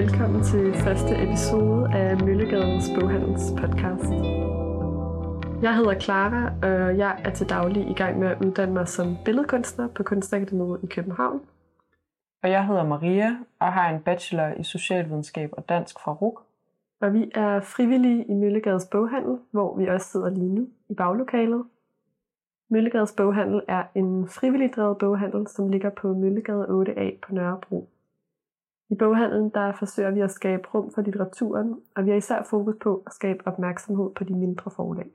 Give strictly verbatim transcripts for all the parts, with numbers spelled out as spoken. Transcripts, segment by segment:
velkommen til første episode af Møllegades Boghandels podcast. Jeg hedder Clara, og jeg er til daglig i gang med at uddanne mig som billedkunstner på Kunstakademiet i København. Og jeg hedder Maria og har en bachelor i socialvidenskab og dansk fra R U C. Og vi er frivillige i Møllegades Boghandel, hvor vi også sidder lige nu i baglokalet. Møllegades Boghandel er en frivillig drevet boghandel, som ligger på Møllegade otte A på Nørrebro. I boghandlen der forsøger vi at skabe rum for litteraturen, og vi har især fokus på at skabe opmærksomhed på de mindre forlag.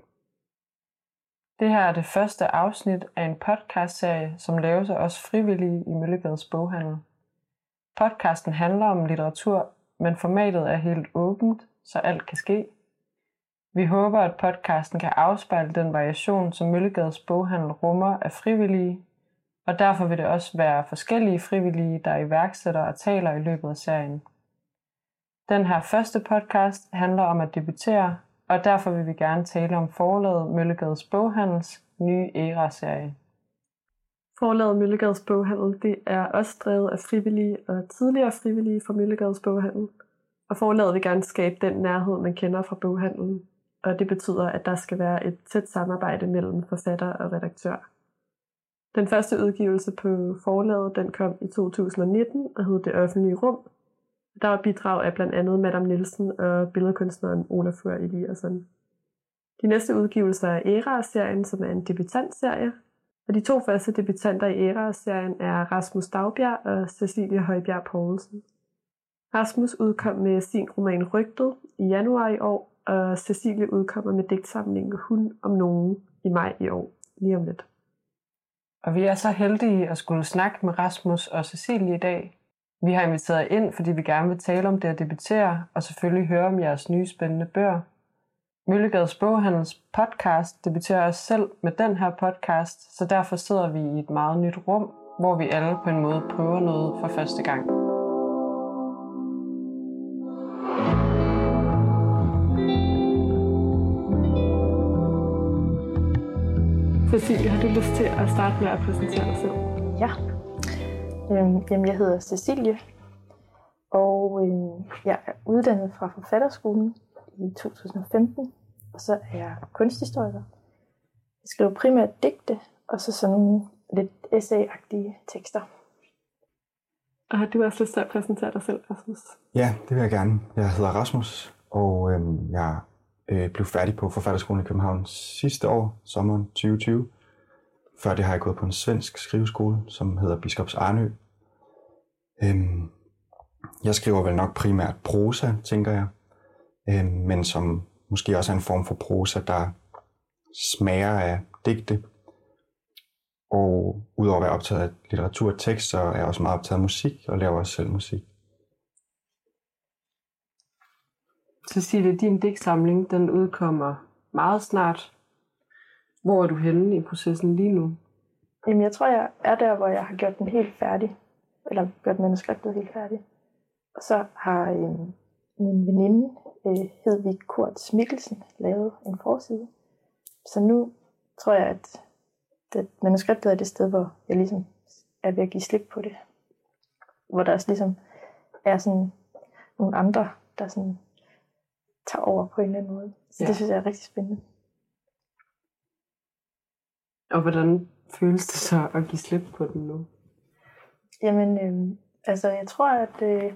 Det her er det første afsnit af en podcastserie, som laves af os frivillige i Møllegades Boghandel. Podcasten handler om litteratur, men formatet er helt åbent, så alt kan ske. Vi håber, at podcasten kan afspejle den variation, som Møllegades Boghandel rummer af frivillige, og derfor vil det også være forskellige frivillige, der iværksætter og taler i løbet af serien. Den her første podcast handler om at debutere, og derfor vil vi gerne tale om forlaget Møllegades Boghandels nye Æra-serie. Forlaget Møllegades Boghandel det er også drevet af frivillige og tidligere frivillige fra Møllegades Boghandel, og forlaget vil gerne skabe den nærhed, man kender fra boghandlen, og det betyder, at der skal være et tæt samarbejde mellem forfatter og redaktør. Den første udgivelse på forlaget den kom i to tusind nitten og hed Det Offentlige Rum. Der var bidrag af blandt andet Madame Nielsen og billedkunstneren Olafur Eliasson. De næste udgivelser er Æra-serien, som er en debutantserie. Og de to første debutanter i Æra-serien er Rasmus Daugbjerg og Cecilie Højbjerg Poulsen. Rasmus udkom med sin roman Rygtet i januar i år, og Cecilie udkommer med digtsamlingen Hun om nogen i maj i år, lige om lidt. Og vi er så heldige at skulle snakke med Rasmus og Cecilie i dag. Vi har inviteret ind, fordi vi gerne vil tale om det at debutere, og selvfølgelig høre om jeres nye spændende bøger. Møllegades Boghandels podcast debuterer os selv med den her podcast, så derfor sidder vi i et meget nyt rum, hvor vi alle på en måde prøver noget for første gang. Cecilie, har du lyst til at starte med at præsentere dig selv? Ja. Øhm, jamen, jeg hedder Cecilie, og øhm, jeg er uddannet fra Forfatterskolen i to tusind og femten, og så er jeg kunsthistoriker. Jeg skriver primært digte, og så sådan nogle lidt essay-agtige tekster. Og har du også lyst til at præsentere dig selv, Rasmus? Ja, det vil jeg gerne. Jeg hedder Rasmus, og øhm, jeg øh, blev færdig på Forfatterskolen i København sidste år, sommeren tyve tyve. Før det har jeg gået på en svensk skriveskole, som hedder Biskops Arnø. Øhm, jeg skriver vel nok primært prosa, tænker jeg. Øhm, men som måske også er en form for prosa, der smager af digte. Og udover at være optaget af litteratur og tekst, så er jeg også meget optaget af musik, og laver også selv musik. Cecilie, din digtsamling, den udkommer meget snart. Hvor er du henne i processen lige nu? Jamen, jeg tror, jeg er der, hvor jeg har gjort den helt færdig. Eller gjort manuskriptet helt færdig. Og så har øhm, min veninde, øh, Hedvig Kurtz Mikkelsen, lavet en forside. Så nu tror jeg, at det, manuskriptet er det sted, hvor jeg ligesom er ved at give slip på det. Hvor der også ligesom er sådan nogle andre, der sådan tager over på en eller anden måde. Så ja. Det synes jeg er rigtig spændende. Og hvordan føles det så at give slip på den nu? Jamen, øh, altså jeg tror, at øh,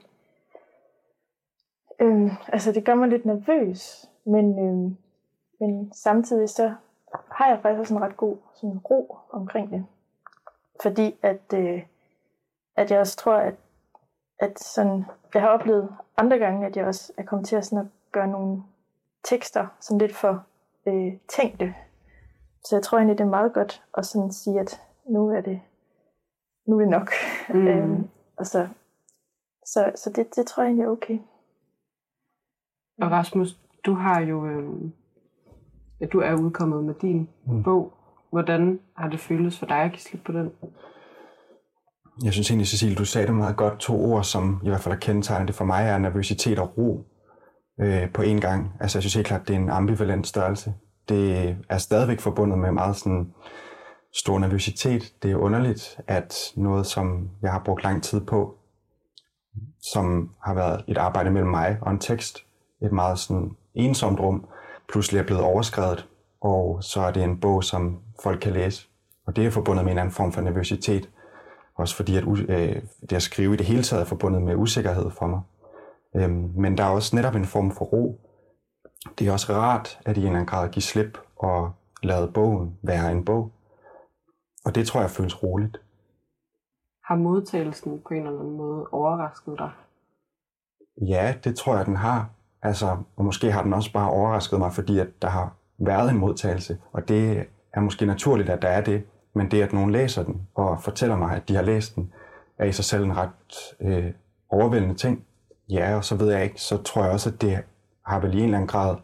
øh, altså det gør mig lidt nervøs, men, øh, men samtidig så har jeg faktisk også en ret god sådan, ro omkring det. Fordi at, øh, at jeg også tror, at, at sådan, jeg har oplevet andre gange, at jeg også er kommet til at, sådan, at gøre nogle tekster sådan lidt for øh, tænkte. Så jeg tror egentlig, det er meget godt at sådan sige, at nu er det, nu er det nok. Mm. øhm, og så så, så det, det tror jeg egentlig er okay. Og Rasmus, du har jo, øhm, ja, du er udkommet med din mm. bog. Hvordan har det føltes for dig at give slip på den? Jeg synes egentlig, Cecilie, du sagde det meget godt. To ord, som i hvert fald er kendetegnet det for mig, er nervøsitet og ro øh, på én gang. Altså jeg synes helt klart, det er en ambivalent størrelse. Det er stadigvæk forbundet med meget sådan stor nervøsitet. Det er underligt, at noget, som jeg har brugt lang tid på, som har været et arbejde mellem mig og en tekst. Et meget sådan ensomt rum, pludselig er blevet overskrevet, og så er det en bog, som folk kan læse. Og det er forbundet med en anden form for nervøsitet. Også fordi at, øh, det at skrive i det hele taget er forbundet med usikkerhed for mig. Øhm, men der er også netop en form for ro. Det er også rart, at i en eller anden grad give slip og lade bogen være en bog. Og det tror jeg føles roligt. Har modtagelsen på en eller anden måde overrasket dig? Ja, det tror jeg, den har. Altså, og måske har den også bare overrasket mig, fordi at der har været en modtagelse. Og det er måske naturligt, at der er det. Men det, at nogen læser den og fortæller mig, at de har læst den, er i sig selv en ret øh, overvældende ting. Ja, og så ved jeg ikke, så tror jeg også, at det har vel i en eller anden grad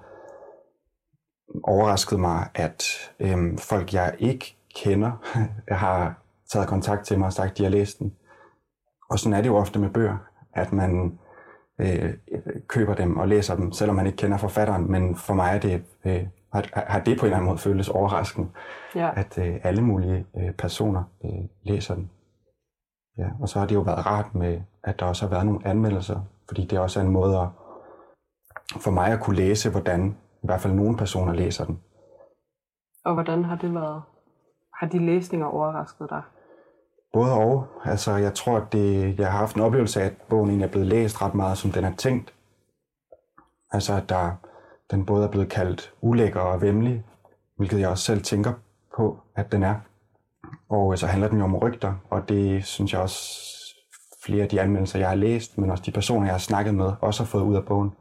overrasket mig, at øh, folk, jeg ikke kender, har taget kontakt til mig og sagt, at de har læst den. Og sådan er det jo ofte med bøger, at man øh, køber dem og læser dem, selvom man ikke kender forfatteren. Men for mig er det, øh, har, har det på en eller anden måde føltes overraskende, ja. At øh, alle mulige øh, personer øh, læser den. Ja, og så har det jo været rart med, at der også har været nogle anmeldelser, fordi det også er en måde at, for mig at kunne læse, hvordan i hvert fald nogle personer læser den. Og hvordan har det været? Har de læsninger overrasket dig? Både og. Altså, jeg tror, at det, jeg har haft en oplevelse af, at bogen egentlig er blevet læst ret meget, som den er tænkt. Altså, at der, den både er blevet kaldt ulækker og væmmelig, hvilket jeg også selv tænker på, at den er. Og så handler den jo om rygter, og det synes jeg også flere af de anmeldelser, jeg har læst, men også de personer, jeg har snakket med, også har fået ud af bogen.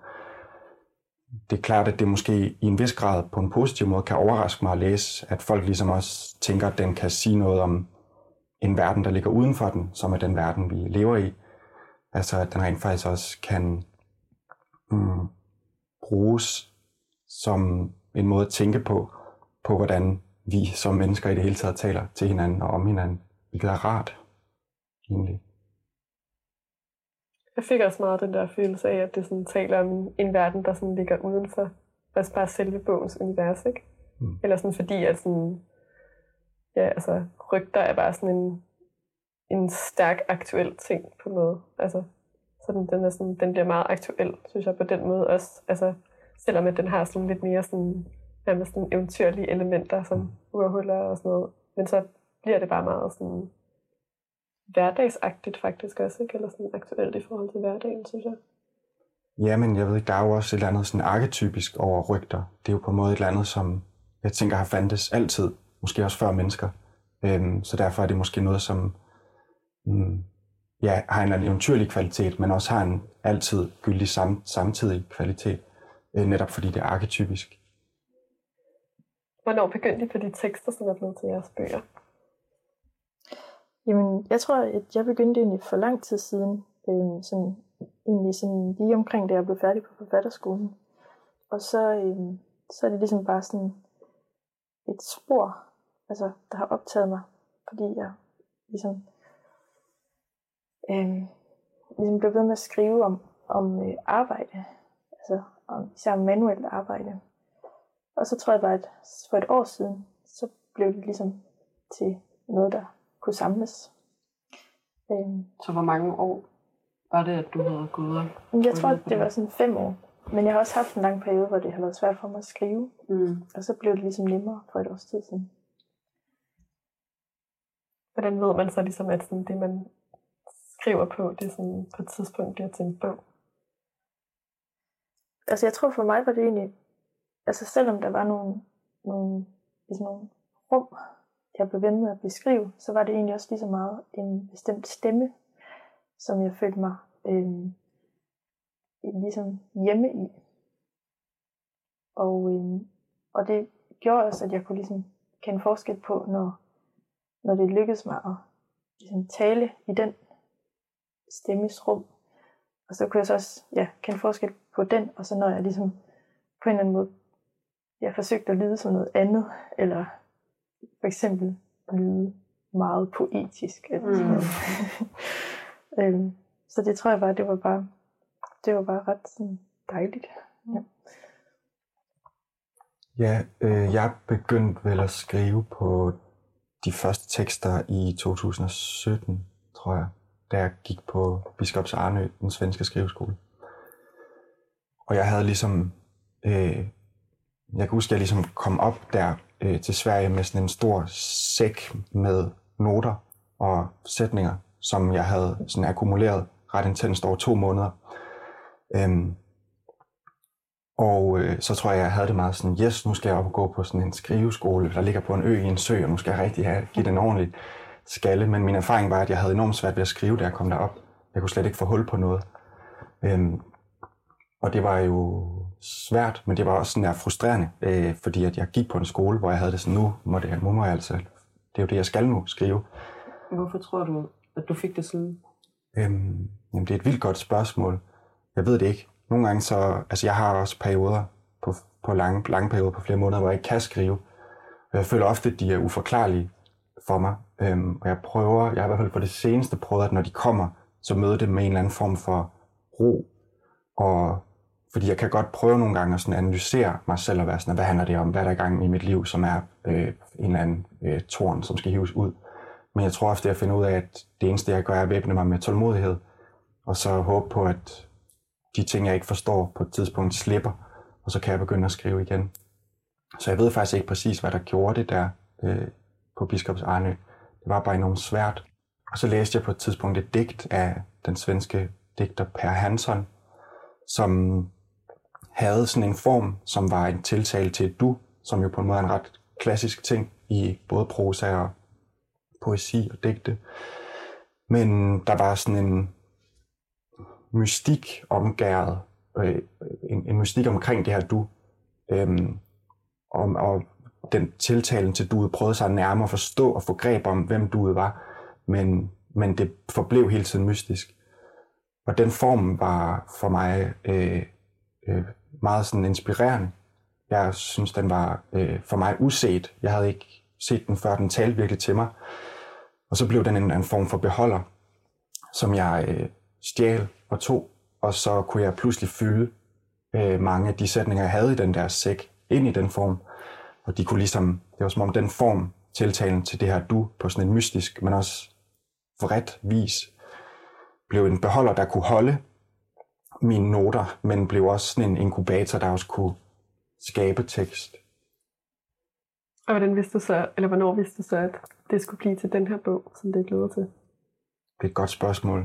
Det er klart, at det måske i en vis grad på en positiv måde kan overraske mig at læse, at folk ligesom også tænker, at den kan sige noget om en verden, der ligger uden for den, som er den verden, vi lever i. Altså, at den rent faktisk også kan mm, bruges som en måde at tænke på, på hvordan vi som mennesker i det hele taget taler til hinanden og om hinanden, hvilket er rart, egentlig. Jeg fik også meget den der følelse af, at det sådan taler om en verden, der sådan ligger uden for altså bare selve bogens univers, ikke? Mm. Eller sådan fordi, at sådan, ja, altså, rygter er bare sådan en, en stærk aktuel ting på en måde. Altså, så den, den, er sådan, den bliver meget aktuel, synes jeg, på den måde også. Altså, selvom at den har sådan lidt mere sådan, nærmest sådan eventyrlige elementer, som urhuller og sådan noget. Men så bliver det bare meget sådan hverdagsagtigt faktisk også, ikke? Eller sådan aktuelt i forhold til hverdagen, synes jeg. Ja, men jeg ved ikke, der er jo også et eller andet sådan arketypisk over rygter. Det er jo på en måde et eller andet, som jeg tænker har fandtes altid, måske også før mennesker. Øhm, så derfor er det måske noget, som mm, ja, har en eller anden eventyrlig kvalitet, men også har en altid gyldig sam- samtidig kvalitet, øh, netop fordi det er arketypisk. Hvornår begyndte I på de tekster, som er blevet til jeres bøger? Jamen, jeg tror, at jeg begyndte egentlig for lang tid siden, øh, sådan, egentlig sådan lige omkring, da jeg blev færdig på forfatterskolen. Og så, øh, så er det ligesom bare sådan et spor, altså, der har optaget mig, fordi jeg ligesom, øh, ligesom blev ved med at skrive om, om øh, arbejde, altså om, især manuelt arbejde. Og så tror jeg bare, at for et år siden, så blev det ligesom til noget, der kunne samles. Øhm. Så hvor mange år var det, at du havde gået og... Jeg tror, det var sådan fem år. Men jeg har også haft en lang periode, hvor det har været svært for mig at skrive. Mm. Og så blev det ligesom nemmere for et års tid siden. Hvordan ved man så ligesom, at sådan det, man skriver på, det sådan på et tidspunkt bliver til en bog? Altså jeg tror for mig var det egentlig, altså selvom der var nogle, nogle, ligesom nogle rum, jeg blev ved med at beskrive, så var det egentlig også lige så meget en bestemt stemme, som jeg følte mig øh, ligesom hjemme i. Og, øh, og det gjorde også, at jeg kunne ligesom kende forskel på, når, når det lykkedes mig at ligesom tale i den stemmes rum. Og så kunne jeg så også ja, kende forskel på den, og så når jeg ligesom på en eller anden måde jeg forsøgte at lyde som noget andet, eller for eksempel lyde meget poetisk. Eller sådan noget. Mm. øhm, så det tror jeg bare, det var bare, det var bare ret sådan, dejligt. Ja, ja øh, jeg begyndte vel at skrive på de første tekster i to tusind og sytten, tror jeg. da jeg gik på Biskops Arnø, den svenske skriveskole. Og jeg havde ligesom, øh, jeg kan huske, at jeg ligesom kom op der øh, til Sverige med sådan en stor sæk med noter og sætninger, som jeg havde sådan akkumuleret ret intenst over to måneder. Øhm, og øh, så tror jeg, jeg havde det meget sådan, yes, nu skal jeg op og gå på sådan en skriveskole, der ligger på en ø i en sø, og nu skal jeg rigtig have, give den ordentligt skalle. Men min erfaring var, at jeg havde enormt svært ved at skrive, da jeg kom derop. Jeg kunne slet ikke få hul på noget. Øhm, og det var jo svært, men det var også sådan der frustrerende, øh, fordi at jeg gik på en skole, hvor jeg havde det sådan, nu må, det, nu må jeg altså, det er jo det, jeg skal nu skrive. Hvorfor tror du, at du fik det sådan? Øhm, jamen, det er et vildt godt spørgsmål. Jeg ved det ikke. Nogle gange så, altså jeg har også perioder på, på lange, lange perioder på flere måneder, hvor jeg ikke kan skrive. Og jeg føler ofte, at de er uforklarlige for mig. Øhm, og jeg prøver, jeg har i hvert fald på det seneste prøvet, at når de kommer, så møder det med en eller anden form for ro. Og fordi jeg kan godt prøve nogle gange at sådan analysere mig selv og være sådan, hvad handler det om, hvad er der i gang i mit liv, som er øh, en eller anden øh, torn, som skal hives ud. Men jeg tror ofte, at jeg finder ud af, at det eneste, jeg gør, er at væbne mig med tålmodighed. Og så håbe på, at de ting, jeg ikke forstår på et tidspunkt, slipper. Og så kan jeg begynde at skrive igen. Så jeg ved faktisk ikke præcis, hvad der gjorde det der øh, på Biskops Arnø. Det var bare enormt svært. Og så læste jeg på et tidspunkt et digt af den svenske digter Per Hansson, som havde sådan en form, som var en tiltale til et du, som jo på en måde er en ret klassisk ting i både prosa og poesi og digte. Men der var sådan en mystik omgæret, øh, en, en mystik omkring det her du, øhm, og, og den tiltalen til duet prøvede sig at nærmere forstå og få greb om, hvem duet var, men, men det forblev hele tiden mystisk. Og den form var for mig øh, øh, meget sådan inspirerende. Jeg synes, den var øh, for mig uset. Jeg havde ikke set den før, den talte virkelig til mig. Og så blev den en, en form for beholder, som jeg øh, stjal og tog. Og så kunne jeg pludselig fylde øh, mange af de sætninger, jeg havde i den der sæk, ind i den form. Og de kunne ligesom, det var som om den form, tiltalen til det her du, på sådan en mystisk, men også vredt vis, blev en beholder, der kunne holde mine noter, men blev også sådan en inkubator, der også kunne skabe tekst. Og hvordan vidste du så, eller hvornår vidste du så, at det skulle blive til den her bog, som det glæder til? Det er et godt spørgsmål.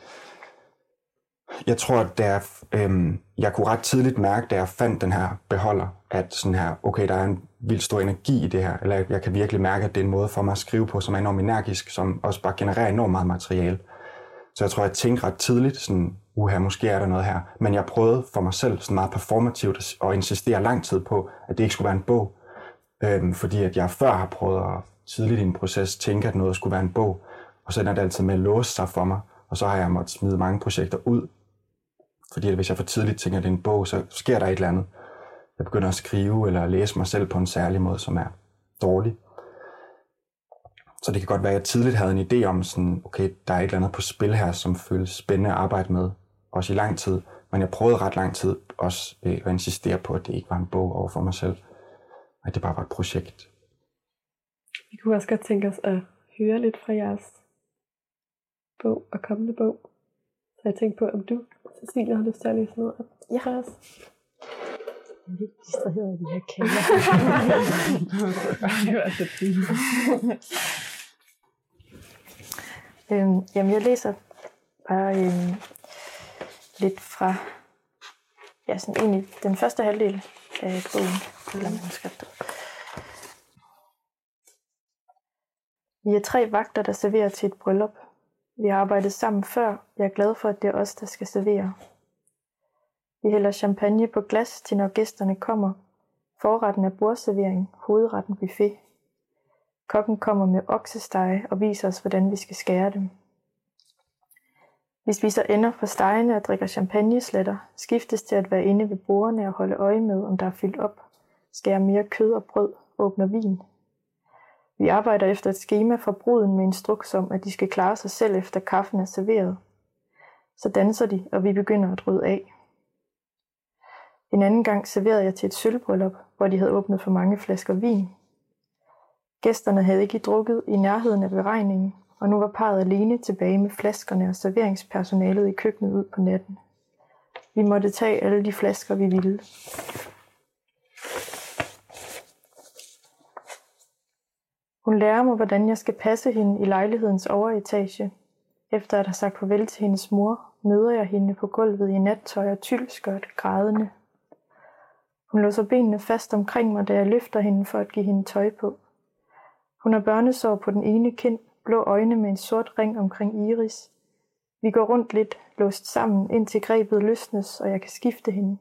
Jeg tror, at der, øhm, jeg kunne ret tidligt mærke, da jeg fandt den her beholder, at sådan her, okay, der er en vildt stor energi i det her, eller jeg kan virkelig mærke, at det er en måde for mig at skrive på, som er enormt energisk, som også bare genererer enormt meget materiale. Så jeg tror, jeg tænkte ret tidligt, sådan, uha, måske er der noget her. Men jeg prøvede for mig selv sådan meget performativt at insistere lang tid på, at det ikke skulle være en bog. Øhm, fordi at jeg før har prøvet at tidligt i en proces tænke, at noget skulle være en bog. Og så ender det altid med at låse sig for mig. Og så har jeg måttet smide mange projekter ud. Fordi at hvis jeg for tidligt tænker, at det er en bog, så sker der et eller andet. Jeg begynder at skrive eller læse mig selv på en særlig måde, som er dårlig. Så det kan godt være, at jeg tidligt havde en idé om, sådan, okay, der er et eller andet på spil her, som føles spændende at arbejde med, også i lang tid. Men jeg prøvede ret lang tid også øh, at insistere på, at det ikke var en bog over for mig selv, at det bare var et projekt. Vi kunne også godt tænke os at høre lidt fra jeres bog og kommende bog. Så jeg tænkte på, om du, Cecilia, har lyst til at læse noget op Ja. for os? Jeg er lidt distraheret af de her kælder. Det var så fint. øhm, jamen, jeg læser bare øhm, lidt fra ja, sådan egentlig den første halvdel af bogen, eller manuskriptet. Vi er tre vagter, der serverer til et bryllup. Vi har arbejdet sammen før. Jeg er glad for, at det er os, der skal servere. Vi hælder champagne på glas, til når gæsterne kommer. Forretten er bordservering, hovedretten buffet. Kokken kommer med oksestege og viser os, hvordan vi skal skære dem. Vi spiser ender på stegene og drikker champagnesletter, skiftes til at være inde ved bordene og holde øje med, om der er fyldt op, skærer mere kød og brød, åbner vin. Vi arbejder efter et skema for bruden med instruks om, at de skal klare sig selv efter kaffen er serveret. Så danser de, og vi begynder at rydde af. En anden gang serverede jeg til et sølvbryllup, hvor de havde åbnet for mange flasker vin. Gæsterne havde ikke drukket i nærheden af beregningen, og nu var parret alene tilbage med flaskerne og serveringspersonalet i køkkenet ud på natten. Vi måtte tage alle de flasker, vi ville. Hun lærer mig, hvordan jeg skal passe hende i lejlighedens overetage. Efter at have sagt farvel til hendes mor, møder jeg hende på gulvet i nattøj og tyldskørt, grædende. Hun låser benene fast omkring mig, da jeg løfter hende for at give hende tøj på. Hun har børnesår på den ene kind, blå øjne med en sort ring omkring iris. Vi går rundt lidt, låst sammen, indtil grebet løsnes, og jeg kan skifte hende.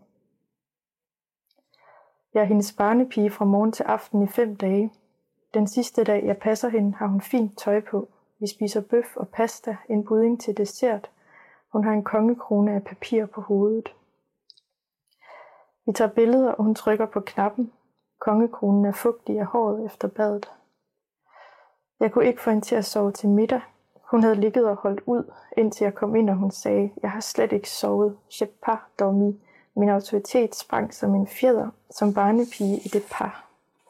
Jeg er hendes barnepige fra morgen til aften i fem dage. Den sidste dag, jeg passer hende, har hun fint tøj på. Vi spiser bøf og pasta, en pudding til dessert. Hun har en kongekrone af papir på hovedet. Vi tager billeder, og hun trykker på knappen. Kongekronen er fugtig af håret efter badet. Jeg kunne ikke få hende til at sove til middag. Hun havde ligget og holdt ud, indtil jeg kom ind, og hun sagde, jeg har slet ikke sovet. Je pas dormi. Min autoritet sprang som en fjeder, som barnepige i det par.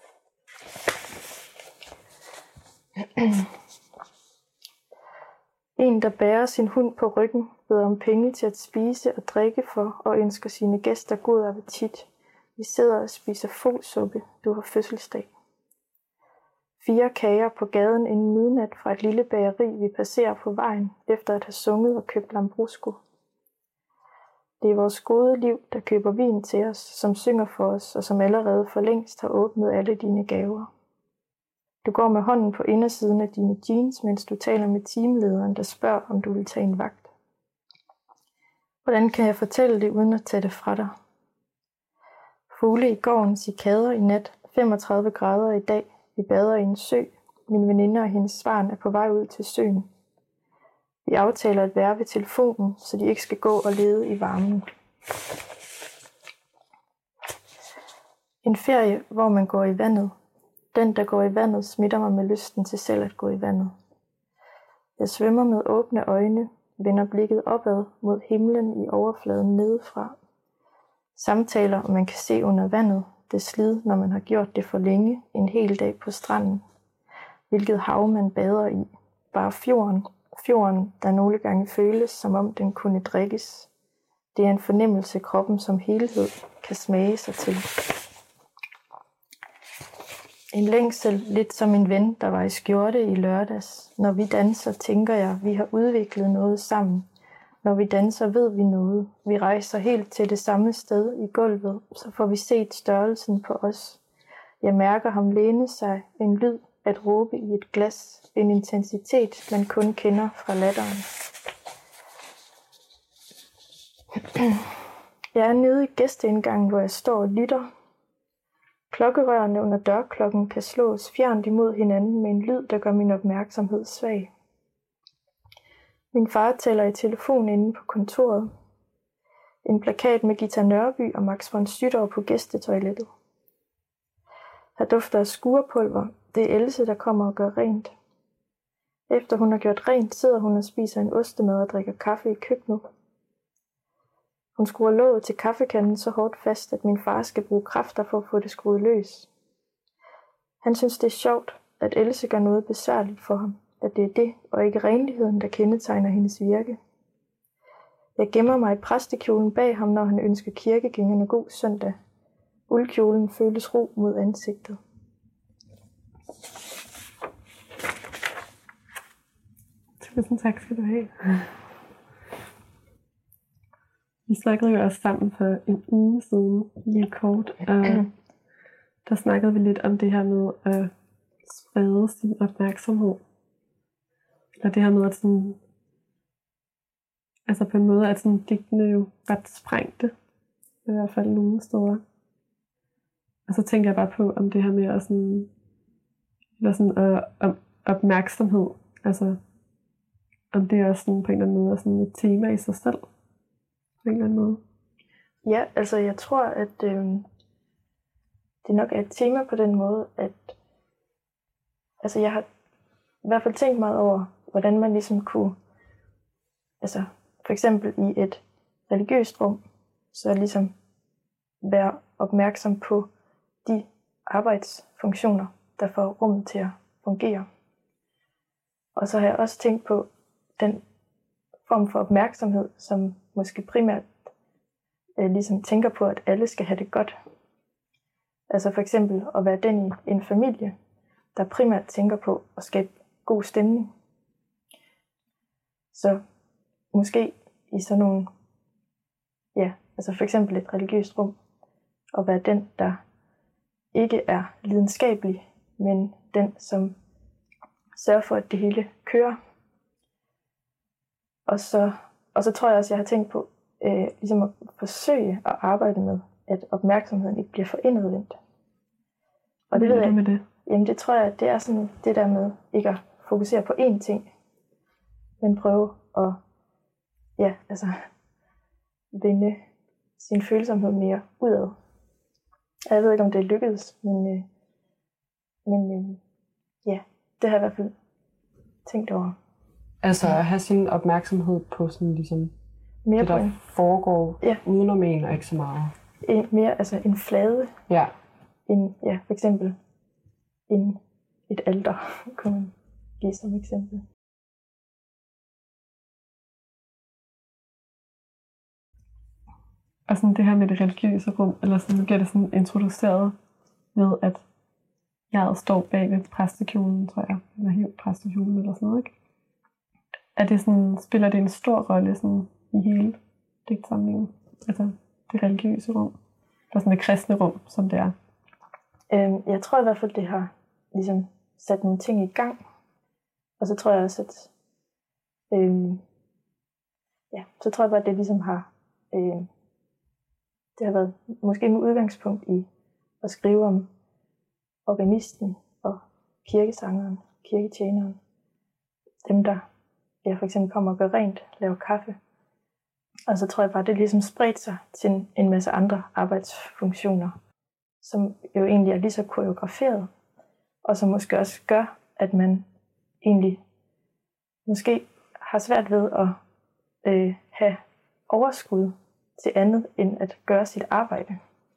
En, der bærer sin hund på ryggen, beder om penge til at spise og drikke for, og ønsker sine gæster god appetit. Vi sidder og spiser fogsuppe. Du har fødselsdag. Fire kager på gaden inden midnat fra et lille bageri, vi passerer på vejen, efter at have sunget og købt lambrusco. Det er vores gode liv, der køber vin til os, som synger for os, og som allerede for længst har åbnet alle dine gaver. Du går med hånden på indersiden af dine jeans, mens du taler med teamlederen, der spørger, om du vil tage en vagt. Hvordan kan jeg fortælle det, uden at tage det fra dig? Fugle i gården, cikader i nat, femogtredive grader i dag. Vi bader i en sø. Min veninde og hendes svan er på vej ud til søen. Vi aftaler at være ved telefonen, så de ikke skal gå og lede i varmen. En ferie, hvor man går i vandet. Den, der går i vandet, smitter mig med lysten til selv at gå i vandet. Jeg svømmer med åbne øjne, vender blikket opad mod himlen i overfladen nedefra. Samtaler, man kan se under vandet, det slid, når man har gjort det for længe, en hel dag på stranden. Hvilket hav man bader i. Bare fjorden, fjorden, der nogle gange føles, som om den kunne drikkes. Det er en fornemmelse, kroppen som helhed kan smage sig til. En længsel, lidt som en ven, der var i skjorte i lørdags. Når vi danser, tænker jeg, vi har udviklet noget sammen. Når vi danser, ved vi noget. Vi rejser helt til det samme sted i gulvet, så får vi set størrelsen på os. Jeg mærker ham læne sig, en lyd at råbe i et glas, en intensitet, man kun kender fra latteren. Jeg er nede i gæsteindgangen, hvor jeg står og lytter. Klokkerørene under dørklokken kan slås fjernt imod hinanden med en lyd, der gør min opmærksomhed svag. Min far taler i telefon inde på kontoret. En plakat med Gita Nørby og Max von Sydow på gæstetoilettet. Her dufter af skurepulver. Det er Else, der kommer og gør rent. Efter hun har gjort rent, sidder hun og spiser en ostemad og drikker kaffe i køkkenet. Hun skruer låget til kaffekanden så hårdt fast, at min far skal bruge kræfter for at få det skruet løs. Han synes, det er sjovt, at Else gør noget besværligt for ham. At det er det, og ikke renligheden, der kendetegner hendes virke. Jeg gemmer mig i præstekjolen bag ham, når han ønsker kirkegængerne god søndag. Uldkjolen føles ro mod ansigtet. Tusind tak skal du have. Vi snakkede jo også sammen for en uge siden, lige kort, og der snakkede vi lidt om det her med at sprede sin opmærksomhed. Eller det her med, at sådan, altså på en måde, at sådan digtene jo ret sprængte, i hvert fald nogle steder. Og så tænker jeg bare på, om det her med at sådan, eller sådan øh, om opmærksomhed, altså om det er også sådan på en eller anden måde er sådan et tema i sig selv, på en eller anden måde. Ja, altså jeg tror, at øh, det nok er et tema på den måde, at altså jeg har i hvert fald tænkt meget over, hvordan man ligesom kunne, altså for eksempel i et religiøst rum, så ligesom være opmærksom på de arbejdsfunktioner, der får rummet til at fungere. Og så har jeg også tænkt på den form for opmærksomhed, som måske primært øh, ligesom tænker på, at alle skal have det godt. Altså for eksempel at være den i en familie, der primært tænker på at skabe god stemning. Så måske i sådan nogle, ja, altså for eksempel et religiøst rum, at være den, der ikke er lidenskabelig, men den, som sørger for, at det hele kører. Og så, og så tror jeg også, jeg har tænkt på øh, ligesom at forsøge at arbejde med, at opmærksomheden ikke bliver for indadvendt. Og det ved jeg, med det? Jamen det tror jeg, det er sådan det der med ikke at fokusere på én ting, men prøve at ja, altså, vende sin følsomhed mere udad. Jeg ved ikke, om det er lykkedes, men, øh, men øh, ja, det har jeg i hvert fald tænkt over. Altså at have sin opmærksomhed på sådan ligesom mere det, der en, foregår ja. udenom en, og ikke så meget. En, mere, altså en flade, Ja. en, ja, for eksempel en, et alter, kunne man give som eksempel. Og sådan det her med det religiøse rum, eller sådan, nu bliver det sådan introduceret ved, at jeg står bag ved præstekjolen, tror jeg, eller helt præstekjolen eller sådan noget, ikke? Er det sådan, spiller det en stor rolle sådan, i hele digtsamlingen? Altså det religiøse rum? Eller sådan det kristne rum, som det er? Øhm, jeg tror i hvert fald, det har ligesom sat nogle ting i gang. Og så tror jeg også, at øhm, ja, så tror jeg bare, at det ligesom har øhm, det har været måske med udgangspunkt i at skrive om organisten og kirkesangeren, kirketjeneren. Dem, der ja, for eksempel kommer og gør rent, laver kaffe. Og så tror jeg bare, at det ligesom spredt sig til en masse andre arbejdsfunktioner, som jo egentlig er lige så koreograferet, og som måske også gør, at man egentlig måske har svært ved at øh, have overskud til andet end at gøre sit arbejde.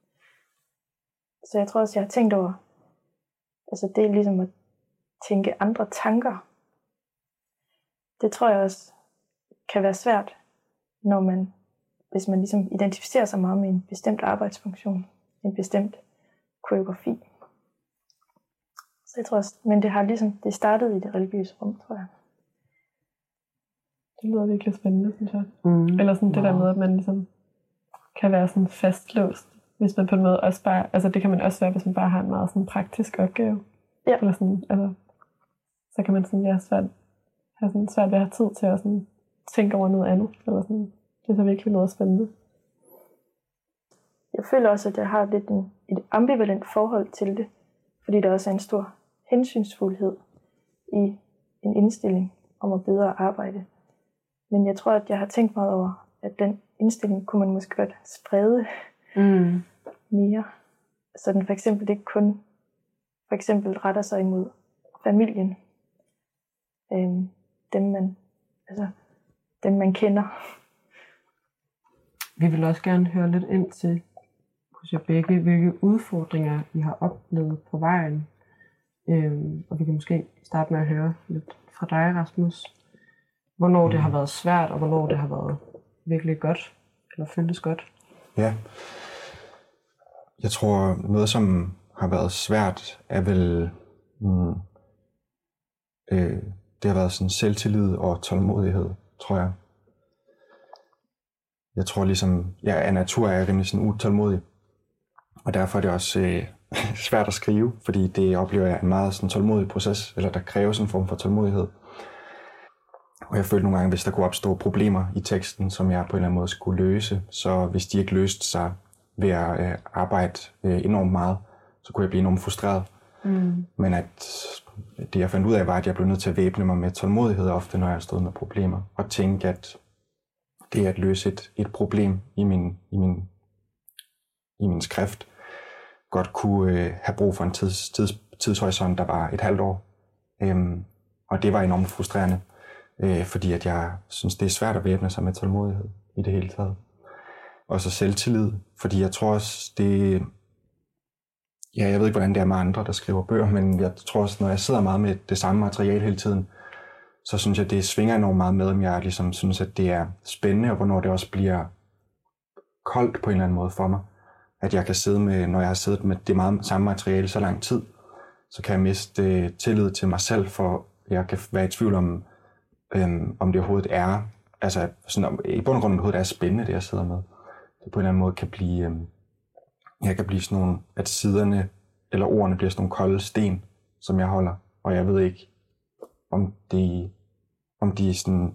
Så jeg tror også, jeg har tænkt over, altså det er ligesom at tænke andre tanker. Det tror jeg også kan være svært, når man, hvis man ligesom identificerer sig meget med en bestemt arbejdsfunktion, en bestemt koreografi. Så jeg tror også, men det har ligesom, det startede i det religiøse rum, tror jeg. Det lyder virkelig spændende, synes jeg. Mm. Eller sådan det Wow. der med, at man ligesom kan være sådan fastlåst, hvis man på en måde også bare, altså det kan man også være, hvis man bare har en meget sådan praktisk opgave. Ja. Eller sådan, altså, så kan man sådan, ja, svært, have sådan svært ved at have tid til at sådan tænke over noget andet. Eller sådan, det er så virkelig noget spændende. Jeg føler også, at jeg har lidt en, et ambivalent forhold til det, fordi der også er en stor hensynsfuldhed i en indstilling om at bedre arbejde. Men jeg tror, at jeg har tænkt meget over, at den indstilling kunne man måske godt sprede Mm. mere. Så den for eksempel ikke kun for eksempel retter sig imod familien. Øhm, dem, man, altså, dem man kender. Vi vil også gerne høre lidt ind til hos jer begge, hvilke udfordringer I har oplevet på vejen. Øhm, og vi kan måske starte med at høre lidt fra dig, Rasmus. Hvornår det har været svært, og hvornår det har været virkelig godt, eller føltes godt. Ja. Jeg tror, noget som har været svært, er vel, mm, øh, det har været sådan selvtillid og tålmodighed, tror jeg. Jeg tror ligesom, jeg af natur er rimelig sådan utålmodig, og derfor er det også øh, svært at skrive, fordi det oplever jeg en meget sådan tålmodig proces, eller der kræver sådan en form for tålmodighed. Og jeg følte nogle gange, hvis der kunne opstå problemer i teksten, som jeg på en eller anden måde skulle løse, så hvis de ikke løste sig ved at øh, arbejde øh, enormt meget, så kunne jeg blive enormt frustreret. Mm. Men at det jeg fandt ud af, var, at jeg blev nødt til at væbne mig med tålmodighed ofte, når jeg stod med problemer, og tænke, at det at løse et, et problem i min, i, min, i min skrift, godt kunne øh, have brug for en tids, tids, tidshorisont, der var et halvt år. Øhm, og det var enormt frustrerende. Øh, fordi at jeg synes, det er svært at væbne sig med tålmodighed i det hele taget. Og så selvtillid, fordi jeg tror også, det... Ja, jeg ved ikke, hvordan det er med andre, der skriver bøger, men jeg tror også, når jeg sidder meget med det samme materiale hele tiden, så synes jeg, det svinger enormt meget med, om jeg ligesom synes, at det er spændende, og hvornår det også bliver koldt på en eller anden måde for mig. At jeg kan sidde med, når jeg har siddet med det meget samme materiale så lang tid, så kan jeg miste øh, tillid til mig selv, for jeg kan være i tvivl om, øhm, om det overhovedet er, altså sådan, om, i bund og grund overhovedet er spændende, det jeg sidder med. Det på en eller anden måde kan blive, øhm, jeg kan blive sådan nogle, at siderne eller ordene bliver sådan nogle kolde sten, som jeg holder, og jeg ved ikke, om de, om de sådan,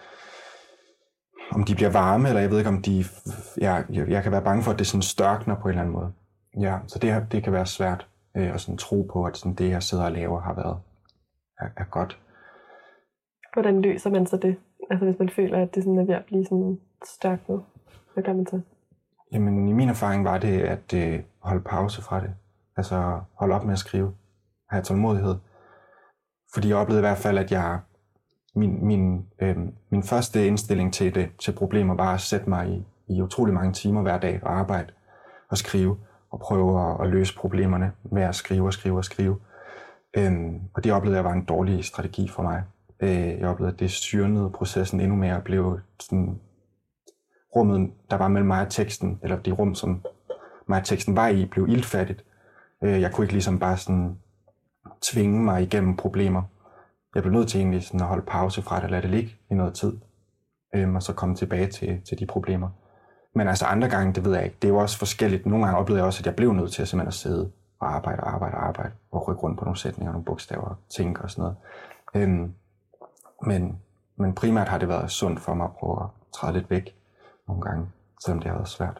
om de bliver varme, eller jeg ved ikke, om de, ja, jeg, jeg kan være bange for, at det sådan størkner på en eller anden måde. Ja, så det her, det kan være svært øh, at sådan tro på, at sådan det, jeg sidder og laver, har været, er, er godt. Hvordan løser man så det? Altså hvis man føler, at det sådan er ved at blive sådan størknet, hvad gør man så? Jamen i min erfaring var det, at øh, holde pause fra det. Altså holde op med at skrive. Have tålmodighed. Fordi jeg oplevede i hvert fald, at jeg min, min, øh, min første indstilling til det, til problemer, var at sætte mig i, i utrolig mange timer hver dag og arbejde og skrive og prøve at, at løse problemerne ved at skrive og skrive og skrive. Øhm, og det oplevede jeg var en dårlig strategi for mig. Øh, jeg oplevede, at det styrnede processen endnu mere og blev sådan rummet, der var mellem mig og teksten, eller det rum, som mig og teksten var i, blev iltfattigt. Øh, jeg kunne ikke ligesom bare sådan tvinge mig igennem problemer. Jeg blev nødt til egentlig sådan at holde pause fra det og lade det ligge i noget tid, øhm, og så komme tilbage til, til de problemer. Men altså andre gange, det ved jeg ikke, det er jo også forskelligt. Nogle gange oplevede jeg også, at jeg blev nødt til at simpelthen at sidde og arbejde og arbejde og arbejde, og rykke rundt på nogle sætninger, nogle bogstaver, tænke og sådan noget. Øhm, men, men primært har det været sundt for mig at prøve at træde lidt væk nogle gange, selvom det har været svært.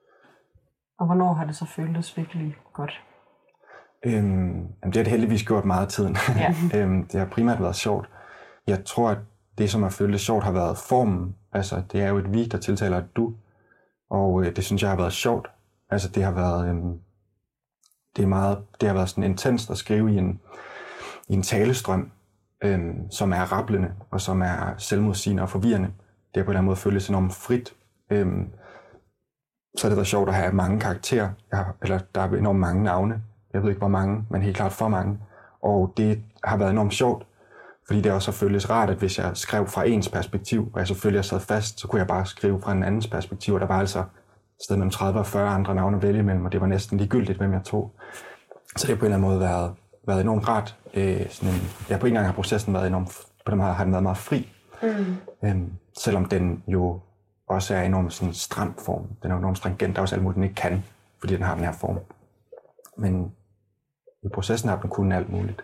Og hvornår har det så føltes virkelig godt? Øhm, det har det heldigvis gjort meget af tiden. Ja. øhm, det har primært været sjovt. Jeg tror, at det, som har føltes sjovt, har været formen. Altså, det er jo et vi, der tiltaler et du. Og øh, det synes jeg har været sjovt. Altså, det har været, øhm, det er meget, det har været sådan intenst at skrive i en, i en talestrøm, øhm, som er rablende, og som er selvmodsigende og forvirrende. Det har på en eller anden måde føltes enormt frit. Øhm, så har det været sjovt at have mange karakterer. Jeg har, eller der er enormt mange navne. Jeg ved ikke, hvor mange, men helt klart for mange. Og det har været enormt sjovt, fordi det også har føltes rart, at hvis jeg skrev fra ens perspektiv, og jeg selvfølgelig sad fast, så kunne jeg bare skrive fra en andens perspektiv, og der var altså et sted mellem tredive og fyrre andre navne at vælge imellem, og det var næsten ligegyldigt, hvem jeg tog. Så det har på en eller anden måde været, været enormt rart. Øh, sådan en, ja, på en gang har processen været enormt, på den måde har den været meget fri. Mm. Øhm, selvom den jo også er enormt sådan stram form. Den er enormt stringent, der er også alt muligt, den ikke kan, fordi den har den her form. Men i processen har den kun alt muligt.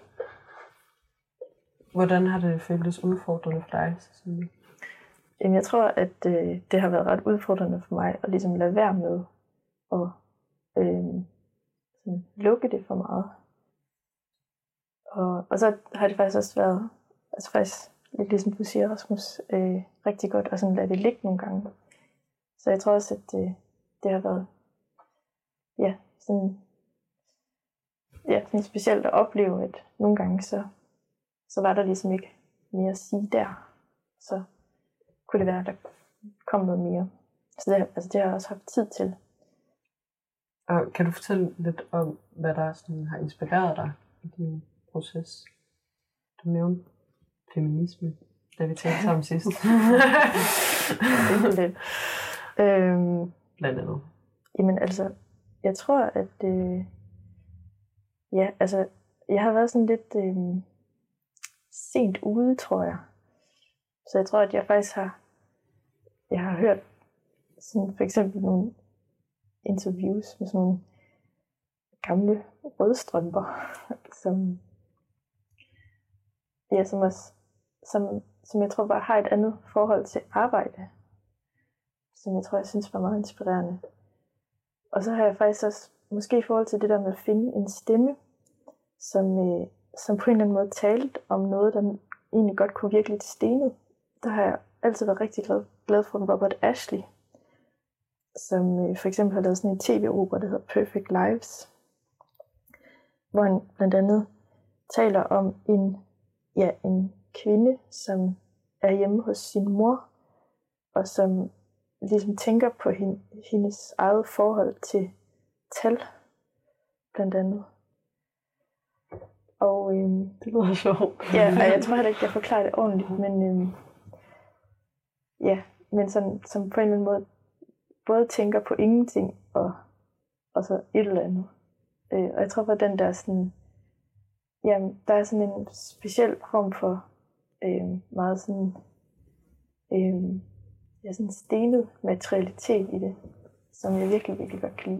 Hvordan har det føltes udfordrende for dig, Cecilie? Jamen, jeg tror, at øh, det har været ret udfordrende for mig at ligesom lade være med at øh, sådan lukke det for meget. Og, og så har det faktisk også været, altså faktisk lidt ligesom du siger, Rasmus, øh, rigtig godt at sådan lade det ligge nogle gange. Så jeg tror også, at det, det har været, ja, sådan, ja, sådan specielt at opleve, at nogle gange så, så var der ligesom ikke mere at sige der. Så kunne det være, at der kom noget mere. Så det, altså det har jeg også haft tid til. Og kan du fortælle lidt om, hvad der sådan har inspireret dig i din proces? Du nævnte feminisme, da vi talte sammen sidst. Det er lidt. Øhm, Blandt andet. Jamen altså, jeg tror, at øh, ja, altså, jeg har været sådan lidt øh, sent ude, tror jeg. Så jeg tror, at jeg faktisk har, jeg har hørt sådan for eksempel nogle interviews med sådan nogle gamle rødstrømper, som, ja, som, også, som, som jeg tror bare har et andet forhold til arbejde, som jeg tror, jeg synes var meget inspirerende. Og så har jeg faktisk også, måske i forhold til det der med at finde en stemme, som, øh, som på en eller anden måde talte om noget, der egentlig godt kunne virke lidt stenet. Der har jeg altid været rigtig glad, glad for Robert Ashley, som øh, for eksempel har lavet sådan en tv-opera, der hedder Perfect Lives, hvor han blandt andet taler om en, ja, en kvinde, som er hjemme hos sin mor, og som ligesom tænker på hende, hendes eget forhold til tal, blandt andet. Og, øhm, Det lyder sjovt. ja, og jeg tror heller ikke, jeg forklarer det ordentligt, men, øhm, ja, men sådan, som på en eller anden måde både tænker på ingenting og, og så et eller andet. Øh, og jeg tror på den der sådan, jamen, der er sådan en speciel form for øh, meget sådan, øh, ja, sådan stenet materialitet i det, som jeg virkelig, virkelig godt kan lide.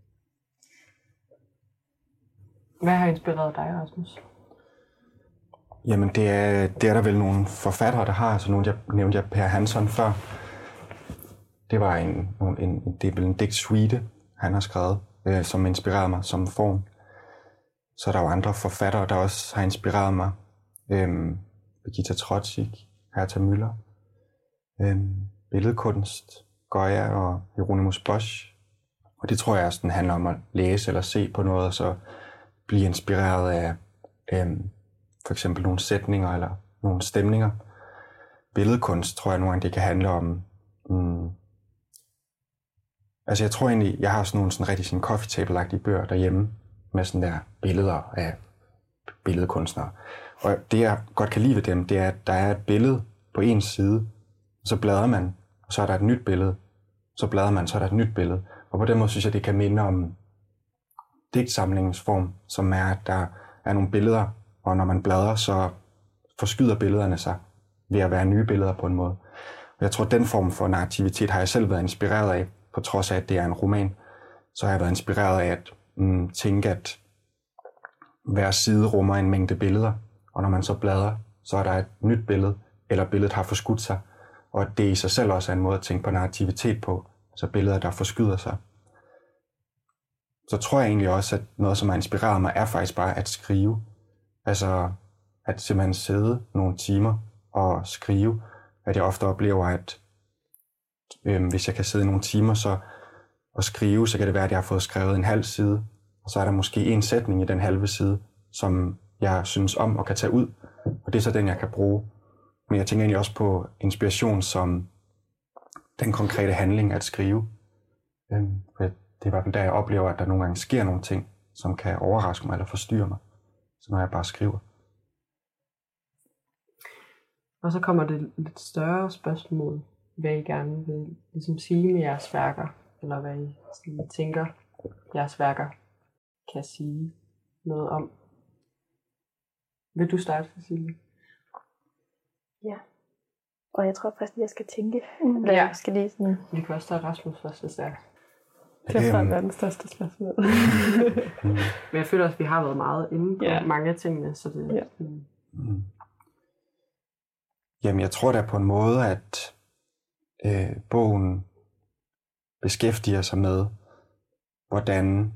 Hvad har inspireret dig, Rasmus? Jamen, det er, det er der vel nogle forfattere, der har. Så nogle, jeg nævnte jeg Per Hansson før. Det var en, en, en, det er vel en digtsuite, han har skrevet, øh, som inspirerede mig som form. Så er der jo andre forfattere, der også har inspireret mig. Øhm, Birgitta Trotzig, Herta Müller, øhm, billedkunst, Goya og Hieronymus Bosch. Og det tror jeg sådan handler om at læse eller se på noget, og så blive inspireret af øhm, for eksempel nogle sætninger eller nogle stemninger. Billedkunst tror jeg nogle gange, det kan handle om. Mm, altså jeg tror egentlig, jeg har sådan nogle sådan rigtig sådan coffee table-agtige bøger derhjemme, med sådan der billeder af billedkunstnere. Og det jeg godt kan lide ved dem, det er, at der er et billede på en side, så bladrer man, og så er der et nyt billede. Så bladrer man, så er der et nyt billede. Og på den måde synes jeg, det kan minde om digtsamlingens form, som er, at der er nogle billeder, og når man bladrer, så forskyder billederne sig ved at være nye billeder på en måde. Og jeg tror, at den form for narrativitet har jeg selv været inspireret af, på trods af, at det er en roman. Så har jeg været inspireret af at mm, tænke, at hver side rummer en mængde billeder, og når man så bladrer, så er der et nyt billede, eller billedet har forskudt sig, og at det i sig selv også er en måde at tænke på narrativitet på, så billeder, der forskyder sig. Så tror jeg egentlig også, at noget, som har inspireret mig, er faktisk bare at skrive. Altså at simpelthen sidde nogle timer og skrive, at jeg ofte oplever, at øh, hvis jeg kan sidde nogle timer så, og skrive, så kan det være, at jeg har fået skrevet en halv side, og så er der måske en sætning i den halve side, som jeg synes om og kan tage ud, og det er så den, jeg kan bruge. Men jeg tænker egentlig også på inspiration som den konkrete handling at skrive. Øh, det er i hvert fald der, jeg oplever, at der nogle gange sker nogle ting, som kan overraske mig eller forstyrre mig, så når jeg bare skriver. Og så kommer det lidt større spørgsmål, hvad I gerne vil ligesom sige med jeres værker, eller hvad I sådan, tænker, jeres værker kan sige noget om. Vil du starte, Cecilie? Ja. Og jeg tror faktisk, at jeg skal tænke. Mm. Eller Ja. jeg skal lige sådan... Vi kan også tage Rasmus først, hvis det er. Det er Øhm. verdens største spørgsmål. Mm. Men jeg føler også, at vi har været meget inde på Ja. mange af tingene, så det Ja. mm. Mm. Jamen, jeg tror da på en måde, at øh, bogen beskæftiger sig med, hvordan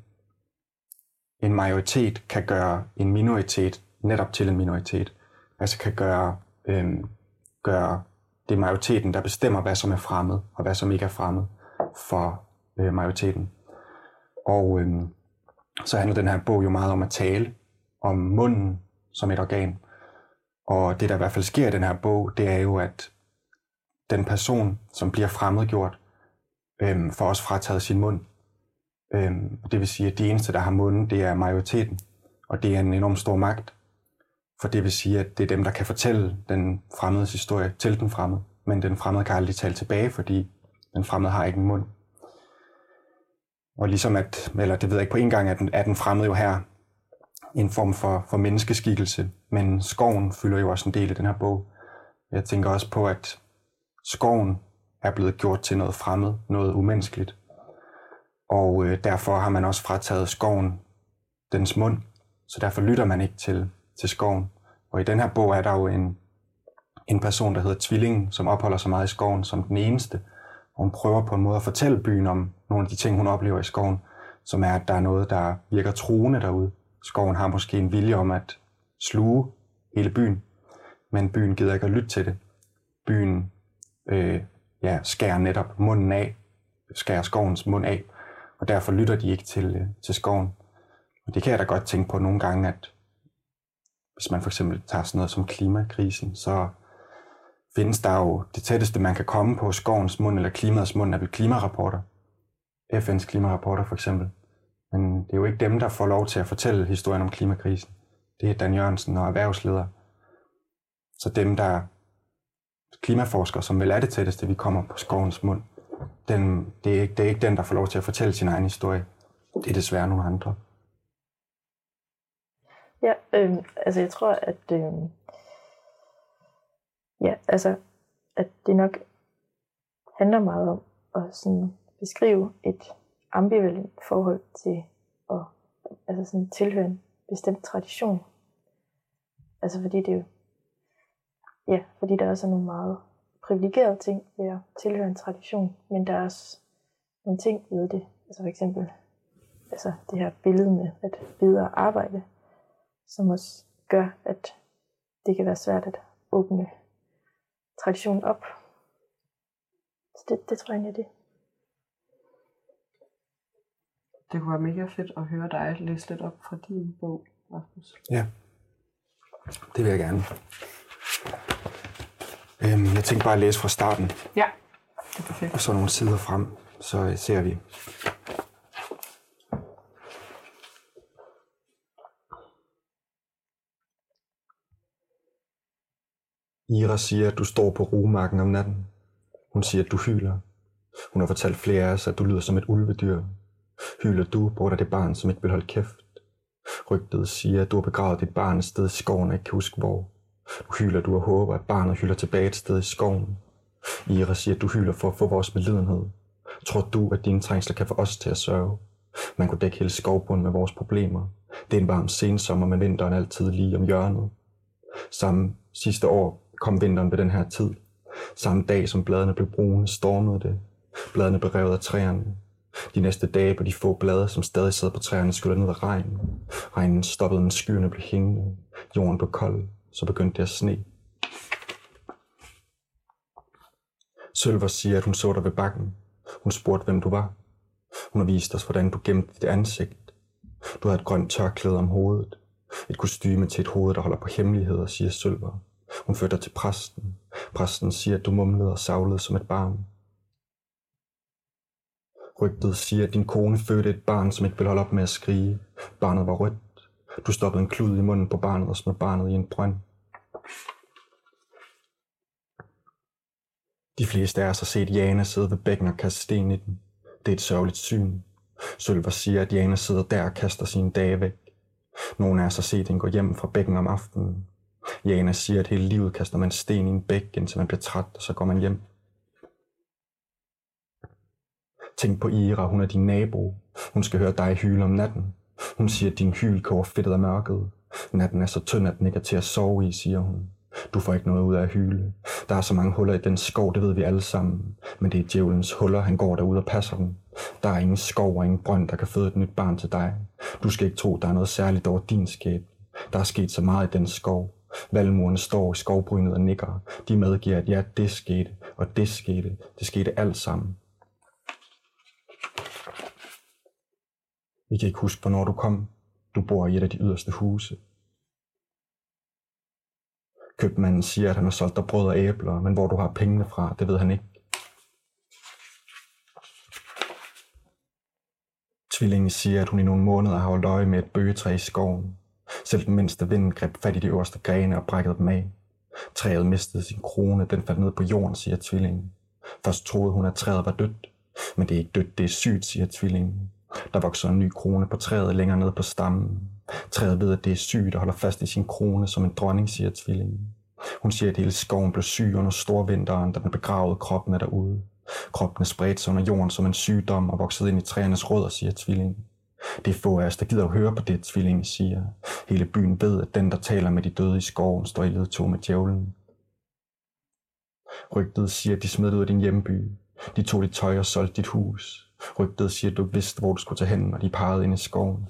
en majoritet kan gøre en minoritet netop til en minoritet. Altså kan gøre, øh, gøre det majoriteten, der bestemmer, hvad som er fremmed, og hvad som ikke er fremmed for øh, majoriteten. Og øh, så handler den her bog jo meget om at tale om munden som et organ. Og det, der i hvert fald sker i den her bog, det er jo, at den person, som bliver fremmedgjort, øhm, får også frataget sin mund. Øhm, det vil sige, at de eneste, der har munden, det er majoriteten. Og det er en enorm stor magt. For det vil sige, at det er dem, der kan fortælle den fremmedes historie til den fremmede. Men den fremmede kan aldrig tale tilbage, fordi den fremmede har ikke en mund. Og ligesom at, eller det ved jeg ikke på en gang, at den, er den fremmede jo her en form for, for menneskeskikkelse, men skoven fylder jo også en del i den her bog. Jeg tænker også på, at skoven er blevet gjort til noget fremmed, noget umenneskeligt. Og øh, derfor har man også frataget skoven dens mund, så derfor lytter man ikke til, til skoven. Og i den her bog er der jo en, en person, der hedder Tvillingen, som opholder sig meget i skoven som den eneste. Og hun prøver på en måde at fortælle byen om nogle af de ting, hun oplever i skoven, som er, at der er noget, der virker truende derude. Skoven har måske en vilje om at sluge hele byen, men byen gider ikke at lytte til det. Byen øh, ja, skærer netop munden af, skærer skovens mund af, og derfor lytter de ikke til, øh, til skoven. Og det kan jeg da godt tænke på nogle gange, at hvis man for eksempel tager sådan noget som klimakrisen, så findes der jo det tætteste, man kan komme på skovens mund eller klimaets mund, er vel klimarapporter. F N's klimarapporter for eksempel. Men det er jo ikke dem, der får lov til at fortælle historien om klimakrisen. Det er Dan Jørgensen og erhvervsleder. Så dem, der er klimaforskere, som vel er det tætteste, vi kommer på skovens mund, den, det, er ikke, det er ikke den, der får lov til at fortælle sin egen historie. Det er desværre nogle andre. Ja, øh, altså jeg tror, at øh, ja, altså at det nok handler meget om at sådan beskrive et ambivalent forhold til at altså sådan tilhøre en bestemt tradition. Altså fordi det jo, ja, fordi der også er nogle meget privilegerede ting ved at tilhøre en tradition, men der er også nogle ting ved det. Altså for eksempel altså det her billede med at videre arbejde, som også gør, at det kan være svært at åbne traditionen op. Så det, det tror jeg egentlig er det. Det kunne være mega fedt at høre dig læse lidt op fra din bog, Rasmus. Ja, det vil jeg gerne. Øhm, jeg tænkte bare at læse fra starten. Ja, det er perfekt. Og så nogle sider frem, så ser vi. Ira siger, at du står på rugemarken om natten. Hun siger, at du hyler. Hun har fortalt flere af os, at du lyder som et ulvedyr. Hyler du, bort af det barn, som ikke vil holde kæft. Rygtet siger, at du har begravet dit barn et sted i skoven, og ikke kan huske hvor. Du hyler, du og håber, at barnet hylder tilbage et sted i skoven. Ira siger, at du hyler for at få vores medlidenhed. Tror du, at dine trængsler kan få os til at sørge? Man kunne dække hele skovbunden med vores problemer. Det er en varm sensommer, men vinteren altid lige om hjørnet. Samme sidste år kom vinteren ved den her tid. Samme dag som bladene blev brune, stormede det. Bladene blev revet af træerne. De næste dage på de få blade, som stadig sad på træerne, skulle ned af regn. Regnen stoppede, men skyerne blev hængende. Jorden blev kold, så begyndte det at sne. Sølver siger, at hun så dig ved bakken. Hun spurgte, hvem du var. Hun har vist os, hvordan du gemte dit ansigt. Du havde et grønt tørklæde om hovedet. Et kostyme til et hoved, der holder på hemmeligheder, siger Sølver. Hun førte dig til præsten. Præsten siger, at du mumlede og savlede som et barn. Rygtet siger, at din kone fødte et barn, som ikke ville holde op med at skrige. Barnet var rødt. Du stoppede en klud i munden på barnet og smed barnet i en brønd. De fleste af os har set Jana sidde ved bækken og kaste sten i den. Det er et sørgeligt syn. Sølver siger, at Jana sidder der og kaster sine dage væk. Nogle af os har set hende gå hjem fra bækken om aftenen. Jana siger, at hele livet kaster man sten i en bæk, indtil man bliver træt, og så går man hjem. Tænk på Ira, hun er din nabo. Hun skal høre dig hyle om natten. Hun siger, at din hyl koger fedtet af mørket. Natten er så tynd, at den ikke er til at sove i, siger hun. Du får ikke noget ud af at hyle. Der er så mange huller i den skov, det ved vi alle sammen. Men det er djævelens huller, han går derude og passer dem. Der er ingen skov og ingen brønd, der kan føde et nyt barn til dig. Du skal ikke tro, der er noget særligt over din skæbne. Der er sket så meget i den skov. Valmurene står i skovbrynet og nikker. De medgiver, at ja, det skete, og det skete. Det skete alt sammen. Vi kan ikke huske, hvornår du kom. Du bor i et af de yderste huse. Købmanden siger, at han har solgt dig brød og æbler, men hvor du har pengene fra, det ved han ikke. Tvillingen siger, at hun i nogle måneder har holdt øje med et bøgetræ i skoven. Selv den mindste vind greb fat i de øverste grene og brækkede dem af. Træet mistede sin krone, den faldt ned på jorden, siger tvillingen. Først troede hun, at træet var dødt, men det er ikke dødt, det er sygt, siger tvillingen. Der vokser en ny krone på træet længere ned på stammen. Træet ved, at det er sygt og holder fast i sin krone som en dronning, siger tvillingen. Hun siger, at hele skoven blev syg under storvinteren, da den begravede kroppen derude. Kroppen er spredt sig under jorden som en sygdom og vokset ind i træernes rødder, siger tvillingen. Det er få af os, der gider at høre på det, tvillingen siger. Hele byen ved, at den, der taler med de døde i skoven, står i ledtog med djævlen. Rygtet siger, at de smed ud af din hjemby. De tog dit tøj og solgte dit hus. Rygtet siger, at du vidste, hvor du skulle tage hen, og de pegede ind i skoven.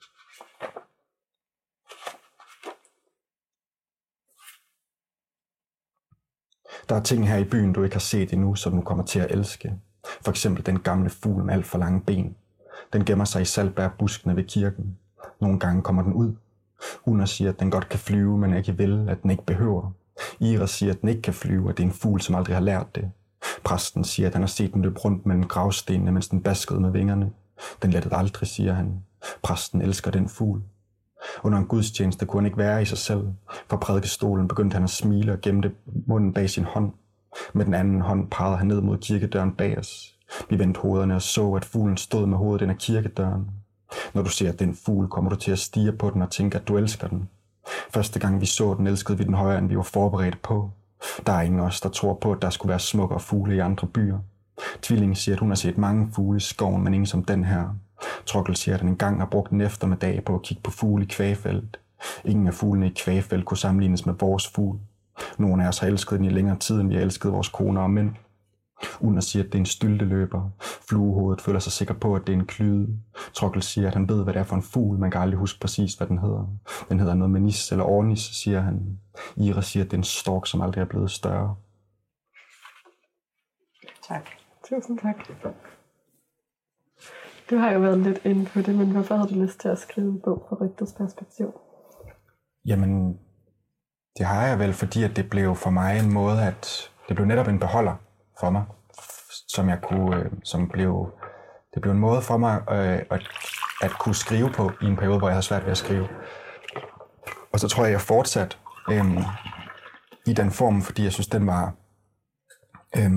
Der er ting her i byen, du ikke har set endnu, som du kommer til at elske. For eksempel den gamle fugl med alt for lange ben. Den gemmer sig i saltbærbuskene ved kirken. Nogle gange kommer den ud. Una siger, at den godt kan flyve, men ikke vil, at den ikke behøver. Ira siger, at den ikke kan flyve, at det er en fugl, som aldrig har lært det. Præsten siger, at han har set den løbe rundt mellem gravstenene, mens den baskede med vingerne. Den lettede aldrig, siger han. Præsten elsker den fugl. Under en gudstjeneste kunne han ikke være i sig selv. Fra prædikestolen begyndte han at smile og gemte munden bag sin hånd. Med den anden hånd pegede han ned mod kirkedøren bag os. Vi vendte hovederne og så, at fuglen stod med hovedet ind ad kirkedøren. Når du ser den fugl, kommer du til at stirre på den og tænke, at du elsker den. Første gang vi så den, elskede vi den højere, end vi var forberedt på. Der er ingen af os, der tror på, at der skulle være smukkere fugle i andre byer. Tvillingen siger, at hun har set mange fugle i skoven, men ingen som den her. Trokkel siger, at han engang har brugt en eftermiddag på at kigge på fugle i kvægfelt. Ingen af fuglene i kvægfelt kunne sammenlignes med vores fugl. Nogle af os har elsket den i længere tid, end vi har elsket vores koner og mænd. Under siger, at det er en stylteløber. Fluehovedet føler sig sikker på, at det er en klyde. Trokkel siger, at han ved, hvad det er for en fugl. Man kan aldrig huske præcis, hvad den hedder. Den hedder noget med nis eller ornis, siger han. Ira siger, at det er en stork, som aldrig er blevet større. Tak. Tusind tak. Du har jo været lidt inde på det, men hvorfor havde du lyst til at skrive en bog fra rygtets perspektiv? Jamen, det har jeg vel, fordi at det blev for mig en måde, at det blev netop en beholder for mig, som jeg kunne, som blev, det blev en måde for mig øh, at, at kunne skrive på i en periode, hvor jeg havde svært ved at skrive. Og så tror jeg, jeg fortsat øh, i den form, fordi jeg synes, den var, øh,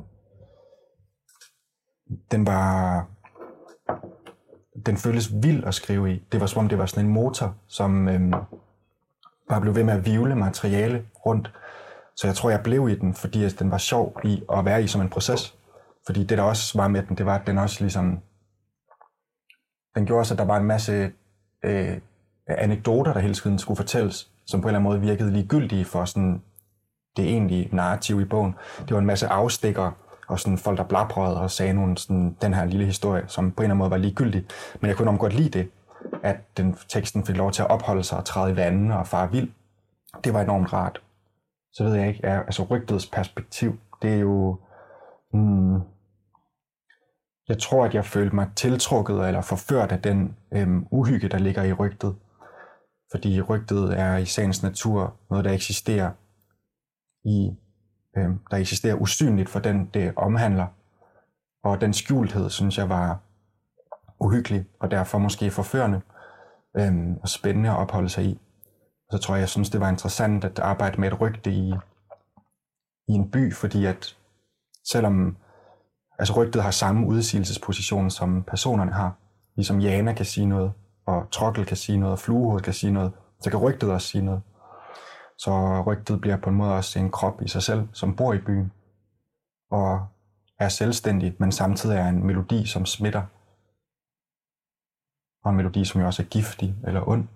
den var, den føltes vild at skrive i. Det var som om, det var sådan en motor, som øh, bare blev ved med at hvirvle materiale rundt. Så jeg tror, jeg blev i den, fordi den var sjov i at være i som en proces. Fordi det, der også var med den, det var, at den også ligesom... Den gjorde også, at der var en masse øh, anekdoter, der hele tiden skulle fortælles, som på en eller anden måde virkede ligegyldige for sådan det egentlige narrativ i bogen. Det var en masse afstikker, og sådan folk, der blabrede og sagde nogle, sådan, den her lille historie, som på en eller anden måde var ligegyldig. Men jeg kunne nok godt lide det, at den, teksten fik lov til at opholde sig og træde i vandet og fare vild. Det var enormt rart. Så ved jeg ikke, ja, altså rygtets perspektiv, det er jo... Hmm, jeg tror, at jeg følte mig tiltrukket eller forført af den øhm, uhygge, der ligger i rygtet. Fordi rygtet er i sagens natur noget, der eksisterer i, øhm, der eksisterer usynligt for den, det omhandler. Og den skjulthed, synes jeg, var uhyggelig, og derfor måske forførende øhm, og spændende at opholde sig i. Så tror jeg, jeg synes, det var interessant at arbejde med et rygte i, i en by, fordi at selvom altså rygtet har samme udsigelsesposition, som personerne har, ligesom Jana kan sige noget, og Trokkel kan sige noget, og Fluehoved kan sige noget, så kan rygtet også sige noget. Så rygtet bliver på en måde også en krop i sig selv, som bor i byen, og er selvstændig, men samtidig er en melodi, som smitter. Og en melodi, som jo også er giftig eller ond.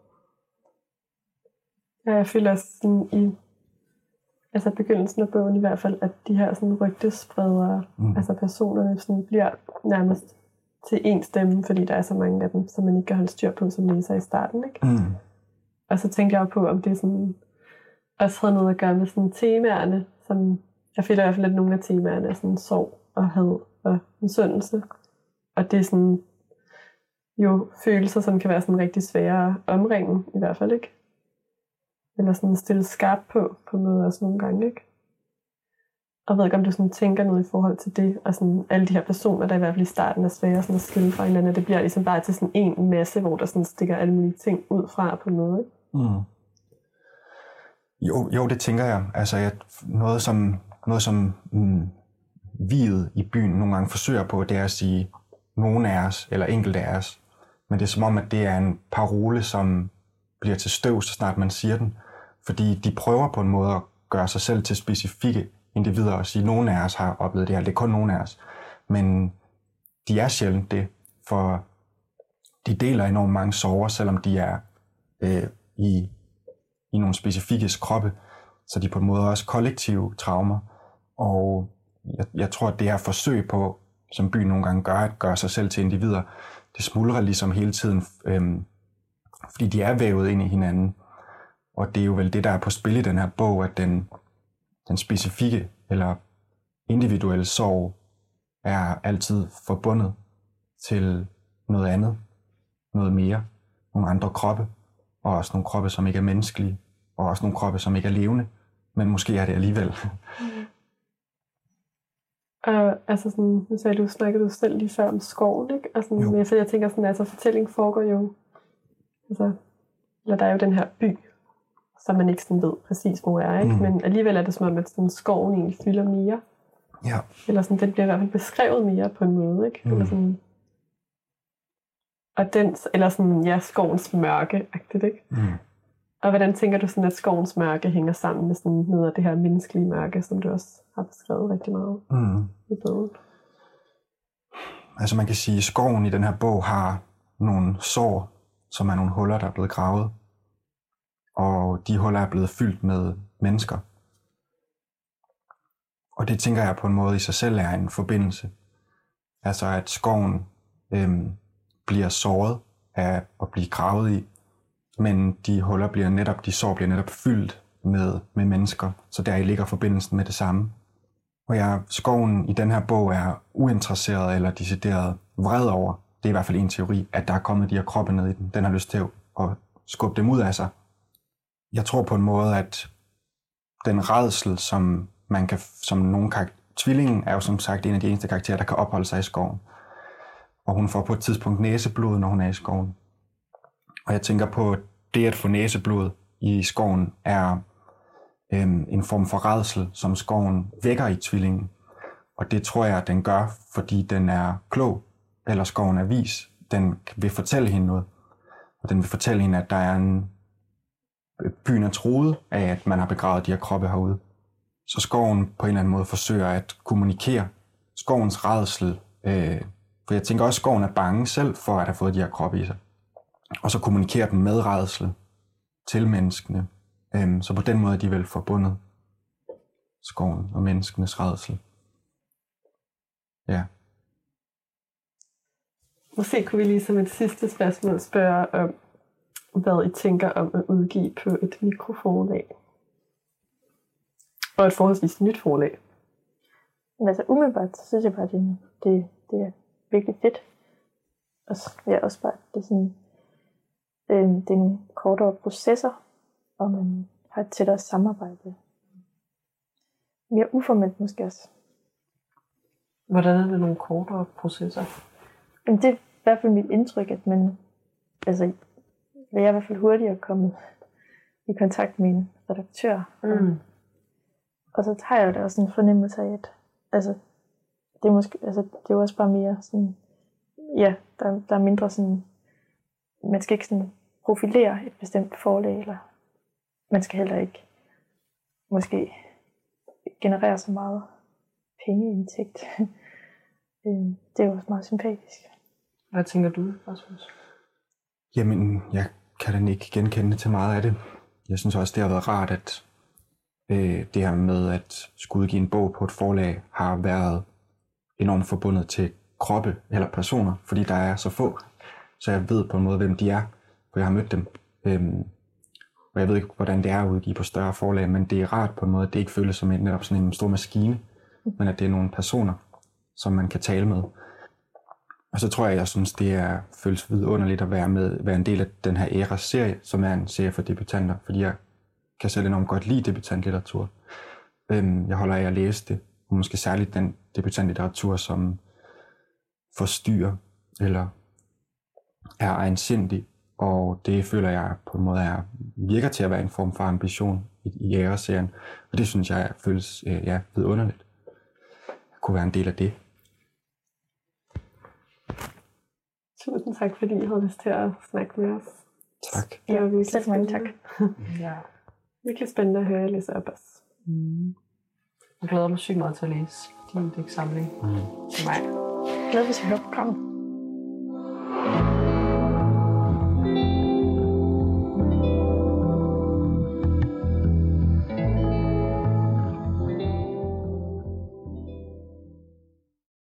Ja, jeg føler også sådan i altså begyndelsen af bogen i hvert fald, at de her sådan rygtespredere, mm. altså personerne sådan bliver nærmest til én stemme, fordi der er så mange af dem, som man ikke kan holde styr på som læser i starten, ikke? Mm. Og så tænkte jeg jo på, om det sådan også havde noget at gøre med sådan temaerne, som jeg føler i hvert fald, at nogle af temaerne er sådan sorg og had og misundelse. Og det er sådan jo følelser, som kan være sådan rigtig svære at omringe, i hvert fald, ikke? Eller sådan stille skarpt på, på noget også nogle gange, ikke? Og jeg ved ikke, om du sådan tænker noget i forhold til det, og sådan alle de her personer, der i hvert fald i starten er svære sådan at skille fra hinanden, det bliver ligesom bare til sådan en masse, hvor der sådan stikker alle mulige ting ud fra på noget, ikke? Mm. Jo, jo, det tænker jeg. Altså, jeg, noget som, noget som mm, viet i byen nogle gange forsøger på, det er at sige nogen af os, eller enkelte af os. Men det er som om, at det er en parole, som bliver til støv, så snart man siger den. Fordi de prøver på en måde at gøre sig selv til specifikke individer og sige, at nogen af os har oplevet det her, det er kun nogen af os. Men de er sjældent det, for de deler enormt mange sorger, selvom de er øh, i, i nogle specifikke kroppe, så de er på en måde også kollektive traumer. Og jeg, jeg tror, at det her forsøg på, som byen nogle gange gør, at gøre sig selv til individer, det smuldrer ligesom hele tiden, øh, fordi de er vævet ind i hinanden. Og det er jo vel det, der er på spil i den her bog, at den, den specifikke eller individuelle sorg er altid forbundet til noget andet, noget mere, nogle andre kroppe, og også nogle kroppe, som ikke er menneskelige, og også nogle kroppe, som ikke er levende, men måske er det alligevel. Mm. Og altså sådan, nu sagde du, snakkede du selv lige før om skoven, ikke? Og sådan, for jeg tænker sådan, altså fortællingen foregår jo altså eller der er jo den her by, som man ikke sådan ved præcis, hvor er, ikke? Mm. Men alligevel er det som om, at sådan, skoven egentlig fylder mere. Ja. Eller sådan, den bliver i hvert fald beskrevet mere på en måde, ikke? Mm. Eller sådan, og den, eller sådan, ja, skovens mørke-agtigt, ikke? Mm. Og hvordan tænker du sådan, at skovens mørke hænger sammen med sådan noget af det her menneskelige mørke, som du også har beskrevet rigtig meget Mm. i bogen? Altså man kan sige, at skoven i den her bog har nogle sår, som er nogle huller, der er blevet gravet. Og de huller er blevet fyldt med mennesker. Og det tænker jeg på en måde i sig selv er en forbindelse. Altså at skoven øhm, bliver såret af at blive gravet i, men de huller bliver netop, de sår bliver netop fyldt med, med mennesker, så der ligger forbindelsen med det samme. Og jeg, skoven i den her bog er uinteresseret eller decideret vred over, det er i hvert fald en teori, at der er kommet de her kroppe ned i den. Den har lyst til at skubbe dem ud af sig. Jeg tror på en måde, at den rædsel, som man kan, som nogle karakter, tvillingen er jo som sagt en af de eneste karakterer, der kan opholde sig i skoven. Og hun får på et tidspunkt næseblod, når hun er i skoven. Og jeg tænker på, at det at få næseblod i skoven er øhm, en form for rædsel, som skoven vækker i tvillingen. Og det tror jeg, at den gør, fordi den er klog, eller skoven er vis. Den vil fortælle hende noget. Og den vil fortælle hende, at der er en byen er truet af, at man har begravet de her kroppe herude. Så skoven på en eller anden måde forsøger at kommunikere skovens rædsel. Øh, for jeg tænker også, at skoven er bange selv for at have fået de her kroppe i sig. Og så kommunikerer den med rædsel til menneskene. Øh, så på den måde er de vel forbundet, skoven og menneskenes rædsel. Ja. Måske kunne vi lige som et sidste spørgsmål spørge om, hvad I tænker om at udgive på et mikroforlag. Og et forholdsvis nyt forlag. Men altså umiddelbart, så synes jeg bare, at det, det, det er virkelig fedt. Og ja, også bare, det er sådan, øh, det er nogle kortere processer, og man har et tættere samarbejde. Mere uformelt måske også. Hvordan er det nogle kortere processer? Men det er i hvert fald mit indtryk, at man, altså, jeg er i hvert fald hurtigere kommet i kontakt med en redaktør. Mm. Og så har jeg da også en fornemmelse af, at altså, det, er måske, altså, det er jo også bare mere sådan, ja, der, der er mindre sådan, man skal ikke sådan profilere et bestemt forlag, eller man skal heller ikke måske generere så meget pengeindtægt. Det er jo også meget sympatisk. Hvad tænker du, Rasmus? Jamen, jeg kan da ikke genkende til meget af det. Jeg synes også, det har været rart, at øh, det her med at skulle udgive en bog på et forlag har været enormt forbundet til kroppe eller personer, fordi der er så få. Så jeg ved på en måde, hvem de er, for jeg har mødt dem. Øhm, og jeg ved ikke, hvordan det er at udgive på større forlag, men det er rart på en måde, at det ikke føles som en, netop sådan en stor maskine, men at det er nogle personer, som man kan tale med. Og så tror jeg, jeg synes, det er, føles vidunderligt at være med, være en del af den her æra-serie, som er en serie for debutanter, fordi jeg kan selv enormt godt lide debutantlitteratur. Øhm, jeg holder af at læse det, og måske særligt den debutantlitteratur, som forstyrrer eller er egensindig, og det føler jeg på en måde er, virker til at være en form for ambition i, i æra-serien, og det synes jeg føles øh, ja, vidunderligt. Jeg kunne være en del af det. Tusind tak, fordi I havde lyst til at snakke med os. Tak. Det var virkelig Selv mange tak. Ja. Virkelig spændende at høre jer læse op også. Mm. Jeg glæder mig sygt meget til at læse din digtsamling Mm. til mig. Glæder mig til at høre programmet.